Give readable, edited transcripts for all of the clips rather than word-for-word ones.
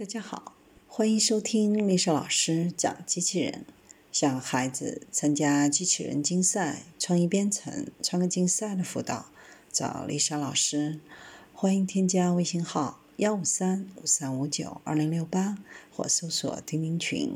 大家好，欢迎收听丽莎老师讲机器人。想孩子参加机器人竞赛、创意编程、创客竞赛的辅导，找丽莎老师。欢迎添加微信号15353592068或搜索钉钉群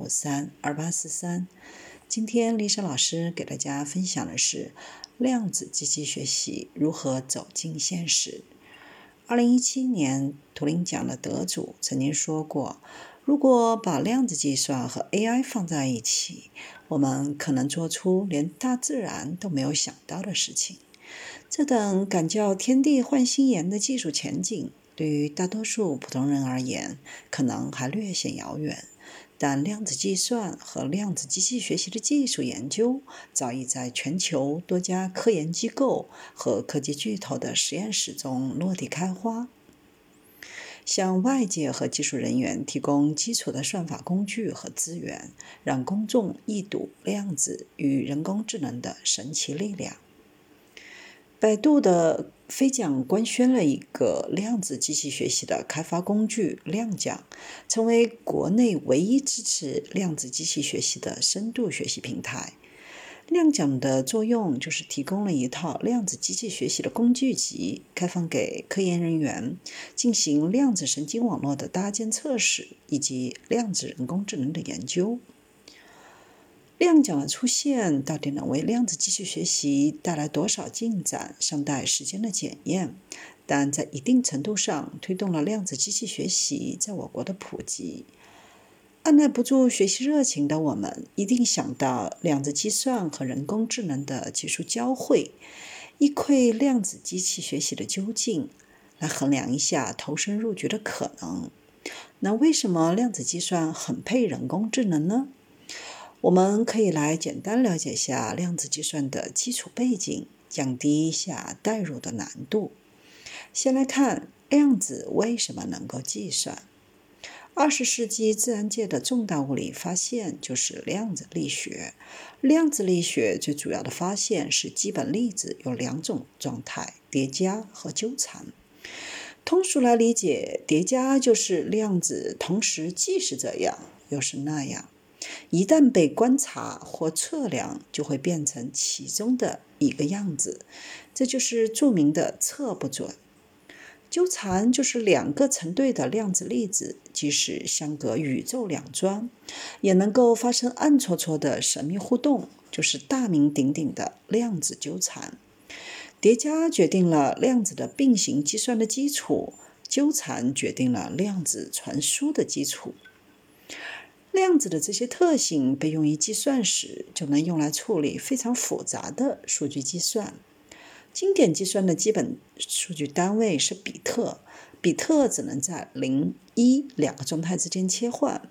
31532843。今天丽莎老师给大家分享的是量子机器学习如何走进现实。2017年图灵奖的得主曾经说过，如果把量子计算和 AI 放在一起，我们可能做出连大自然都没有想到的事情。这等敢叫天地换新颜的技术前景，对于大多数普通人而言，可能还略显遥远。但量子计算和量子机器学习的技术研究早已在全球多家科研机构和科技巨头的实验室中落地开花，向外界和技术人员提供基础的算法工具和资源，让公众一睹量子与人工智能的神奇力量。百度的飞奖官宣了一个量子机器学习的开发工具量奖，成为国内唯一支持量子机器学习的深度学习平台。量奖的作用就是提供了一套量子机器学习的工具集，开放给科研人员进行量子神经网络的搭建测试以及量子人工智能的研究。量奖的出现到底能为量子机器学习带来多少进展，尚待时间的检验，但在一定程度上推动了量子机器学习在我国的普及。按耐不住学习热情的我们，一定想到量子计算和人工智能的技术交汇，一窥量子机器学习的究竟，来衡量一下投身入局的可能。那为什么量子计算很配人工智能呢？我们可以来简单了解一下量子计算的基础背景，降低一下代入的难度。先来看量子为什么能够计算。20世纪自然界的重大物理发现就是量子力学。量子力学最主要的发现是基本粒子有两种状态，叠加和纠缠。通俗来理解，叠加就是量子同时既是这样又是那样，一旦被观察或测量，就会变成其中的一个样子，这就是著名的测不准。纠缠就是两个成对的量子粒子，即使相隔宇宙两端，也能够发生暗戳戳的神秘互动，就是大名鼎鼎的量子纠缠。叠加决定了量子的并行计算的基础，纠缠决定了量子传输的基础。量子的这些特性被用于计算时，就能用来处理非常复杂的数据计算。经典计算的基本数据单位是比特，比特只能在0、1两个状态之间切换。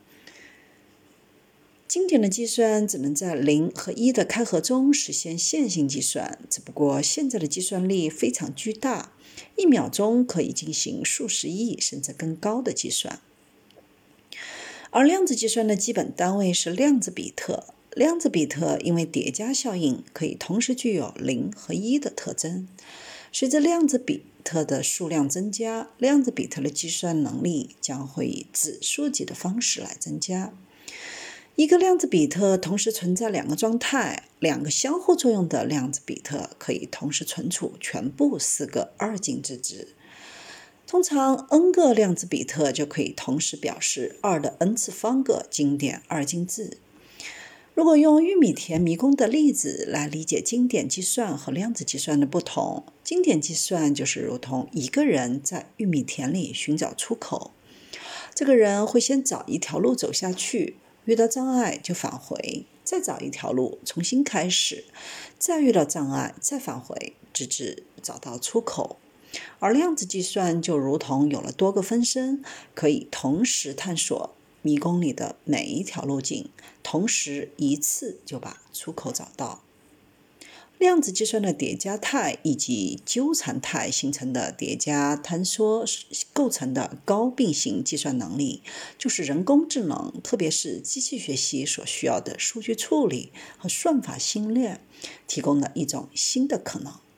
经典的计算只能在0和1的开合中实现线性计算，只不过现在的计算力非常巨大，1秒钟可以进行数十亿甚至更高的计算。而量子计算的基本单位是量子比特，量子比特因为叠加效应，可以同时具有0和1的特征。随着量子比特的数量增加，量子比特的计算能力将会以指数级的方式来增加。一个量子比特同时存在两个状态，两个相互作用的量子比特可以同时存储全部4个二进制值。通常 n 个量子比特就可以同时表示2的 n 次方个经典二进制。如果用玉米田迷宫的例子来理解经典计算和量子计算的不同，经典计算就是如同一个人在玉米田里寻找出口，这个人会先找一条路走下去，遇到障碍就返回，再找一条路重新开始，再遇到障碍再返回，直至找到出口。而量子计算就如同有了多个分身，可以同时探索迷宫里的每一条路径，同时一次就把出口找到。量子计算的叠加态以及纠缠态形成的叠加坍缩构成的高并行计算能力，就是人工智能，特别是机器学习所需要的数据处理和算法训练，提供了一种新的可能。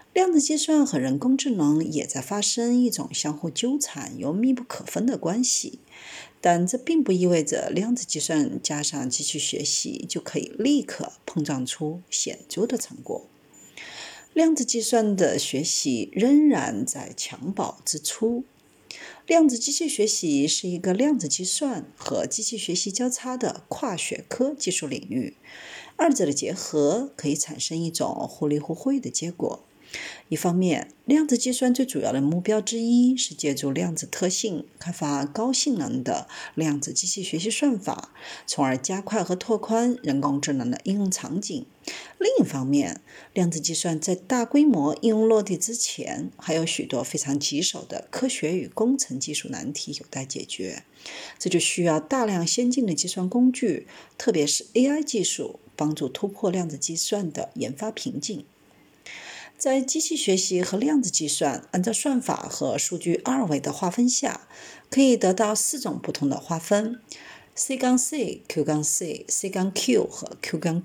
量子计算和人工智能也在发生一种相互纠缠又密不可分的关系，但这并不意味着量子计算加上机器学习就可以立刻碰撞出显著的成果。量子计算的学习仍然在襁褓之初。量子机器学习是一个量子计算和机器学习交叉的跨学科技术领域，二者的结合可以产生一种互利互惠的结果。一方面，量子计算最主要的目标之一是借助量子特性开发高性能的量子机器学习算法，从而加快和拓宽人工智能的应用场景。另一方面，量子计算在大规模应用落地之前，还有许多非常棘手的科学与工程技术难题有待解决，这就需要大量先进的计算工具，特别是 AI 技术，帮助突破量子计算的研发瓶颈。在机器学习和量子计算按照算法和数据二维的划分下，可以得到4种不同的划分 C-C、Q-C、C-Q 和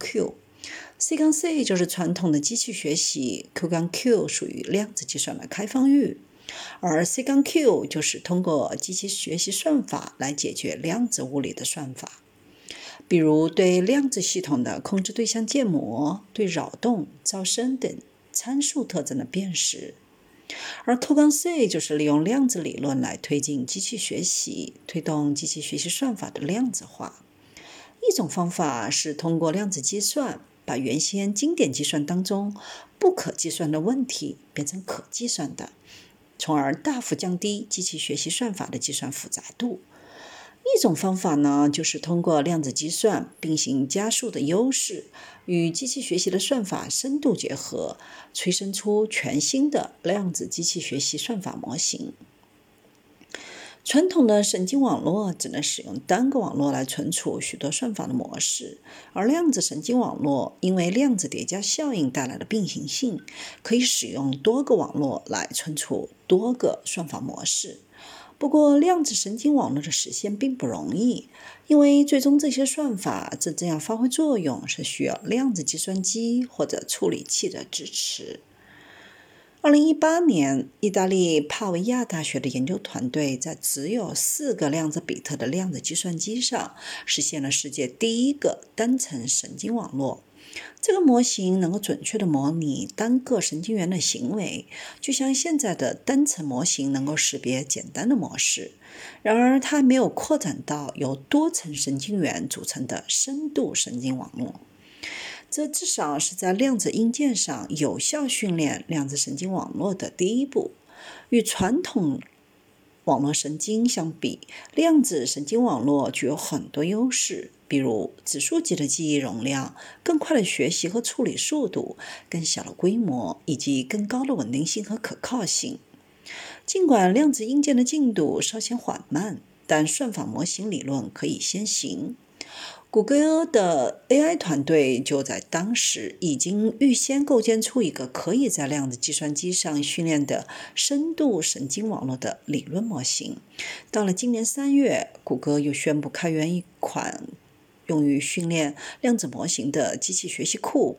Q-Q。C-C 就是传统的机器学习， Q-Q 属于量子计算的开放域，而 C-Q 就是通过机器学习算法来解决量子物理的算法，比如对量子系统的控制对象建模、对扰动、噪声等参数特征的辨识。而 Q-C 就是利用量子理论来推进机器学习，推动机器学习算法的量子化。一种方法是通过量子计算把原先经典计算当中不可计算的问题变成可计算的，从而大幅降低机器学习算法的计算复杂度。一种方法呢，就是通过量子计算并行加速的优势与机器学习的算法深度结合，催生出全新的量子机器学习算法模型。传统的神经网络只能使用单个网络来存储许多算法的模式，而量子神经网络因为量子叠加效应带来的并行性，可以使用多个网络来存储多个算法模式。不过，量子神经网络的实现并不容易，因为最终这些算法真正要发挥作用，是需要量子计算机或者处理器的支持。2018年，意大利帕维亚大学的研究团队在只有4个量子比特的量子计算机上实现了世界第一个单层神经网络。这个模型能够准确地模拟单个神经元的行为，就像现在的单层模型能够识别简单的模式。然而，它还没有扩展到由多层神经元组成的深度神经网络。这至少是在量子硬件上有效训练量子神经网络的第一步。与传统网络神经相比，量子神经网络具有很多优势，比如指数级的记忆容量、更快的学习和处理速度、更小的规模以及更高的稳定性和可靠性。尽管量子硬件的进度稍显缓慢，但算法模型理论可以先行。谷歌的 AI 团队就在当时已经预先构建出一个可以在量子计算机上训练的深度神经网络的理论模型。到了今年3月，谷歌又宣布开源一款用于训练量子模型的机器学习库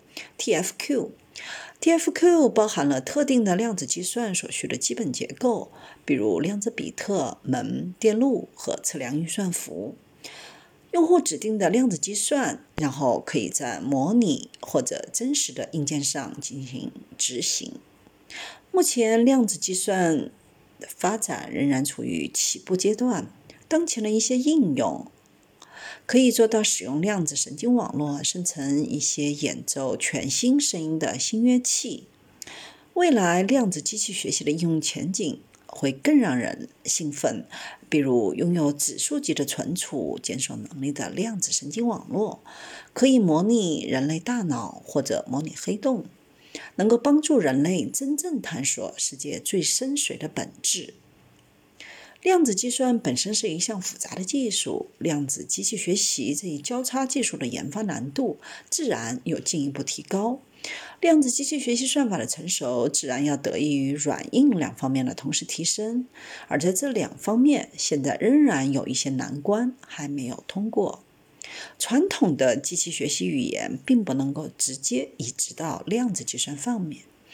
TFQ。TFQ 包含了特定的量子计算所需的基本结构，比如量子比特、门、电路和测量运算符。用户指定的量子计算，然后可以在模拟或者真实的硬件上进行执行。目前，量子计算的发展仍然处于起步阶段。当前的一些应用可以做到使用量子神经网络生成一些演奏全新声音的新乐器。未来，量子机器学习的应用前景会更让人兴奋，比如拥有指数级的存储检索能力的量子神经网络，可以模拟人类大脑或者模拟黑洞，能够帮助人类真正探索世界最深邃的本质。量子计算本身是一项复杂的技术，量子机器学习这一交叉技术的研发难度自然有进一步提高。量子机器学习算法的成熟自然要得益于软硬两方面的同时提升，而在这两方面，现在仍然有一些难关还没有通过。传统的机器学习语言并不能够直接移植到量子计算方面。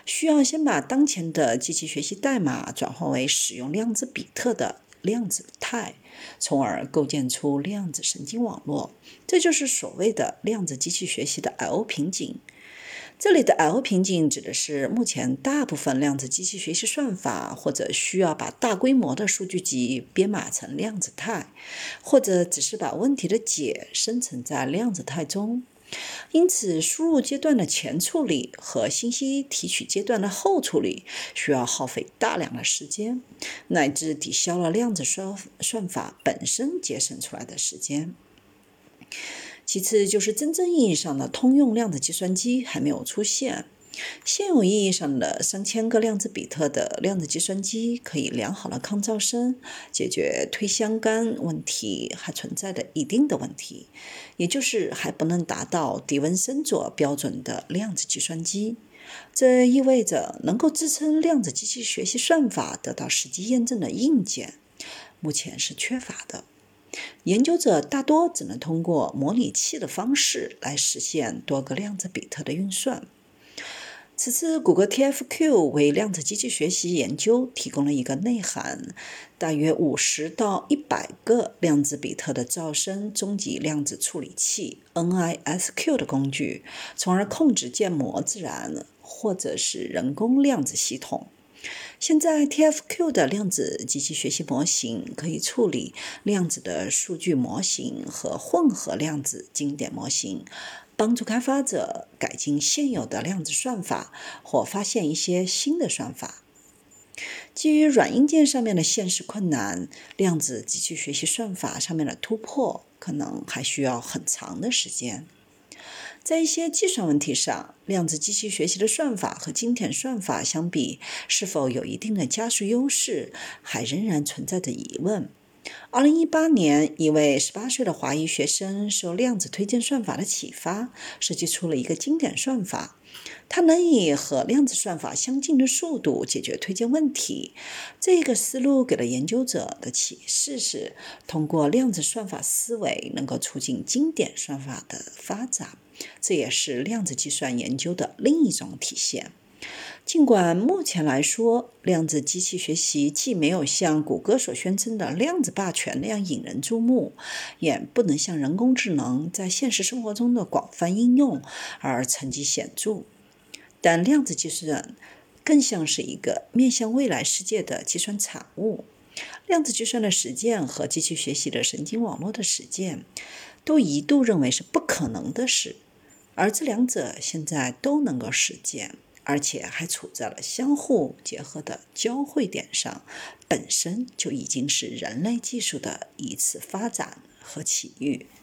需要先把当前的机器学习代码转换为使用量子比特的量子态，从而构建出量子神经网络。这就是所谓的量子机器学习的 I/O 瓶颈。这里的 I/O 瓶颈指的是目前大部分量子机器学习算法，或者需要把大规模的数据集编码成量子态，或者只是把问题的解生成在量子态中。因此，输入阶段的前处理和信息提取阶段的后处理需要耗费大量的时间，乃至抵消了量子算法本身节省出来的时间。其次就是真正意义上的通用量子计算机还没有出现。现有意义上的3000个量子比特的量子计算机可以良好的抗噪声，解决推相干问题还存在的一定的问题，也就是还不能达到迪文森佐标准的量子计算机。这意味着能够支撑量子机器学习算法得到实际验证的硬件，目前是缺乏的。研究者大多只能通过模拟器的方式来实现多个量子比特的运算。此次谷歌 TFQ 为量子机器学习研究提供了一个内含大约50到100个量子比特的噪声终极量子处理器 NISQ 的工具，从而控制建模自然或者是人工量子系统。现在 TFQ 的量子机器学习模型可以处理量子的数据模型和混合量子经典模型，帮助开发者改进现有的量子算法或发现一些新的算法。基于软硬件上面的现实困难，量子机器学习算法上面的突破可能还需要很长的时间。在一些计算问题上，量子机器学习的算法和经典算法相比，是否有一定的加速优势，还仍然存在着疑问。2018年，一位18岁的华裔学生受量子推荐算法的启发，设计出了一个经典算法。它能以和量子算法相近的速度解决推荐问题。这个思路给了研究者的启示是，通过量子算法思维能够促进经典算法的发展。这也是量子计算研究的另一种体现。尽管目前来说，量子机器学习既没有像谷歌所宣称的量子霸权那样引人注目，也不能像人工智能在现实生活中的广泛应用而成绩显著，但量子计算更像是一个面向未来世界的计算产物。量子计算的实践和机器学习的神经网络的实践都一度认为是不可能的事，而这两者现在都能够实践，而且还处在了相互结合的交汇点上，本身就已经是人类技术的一次发展和起域。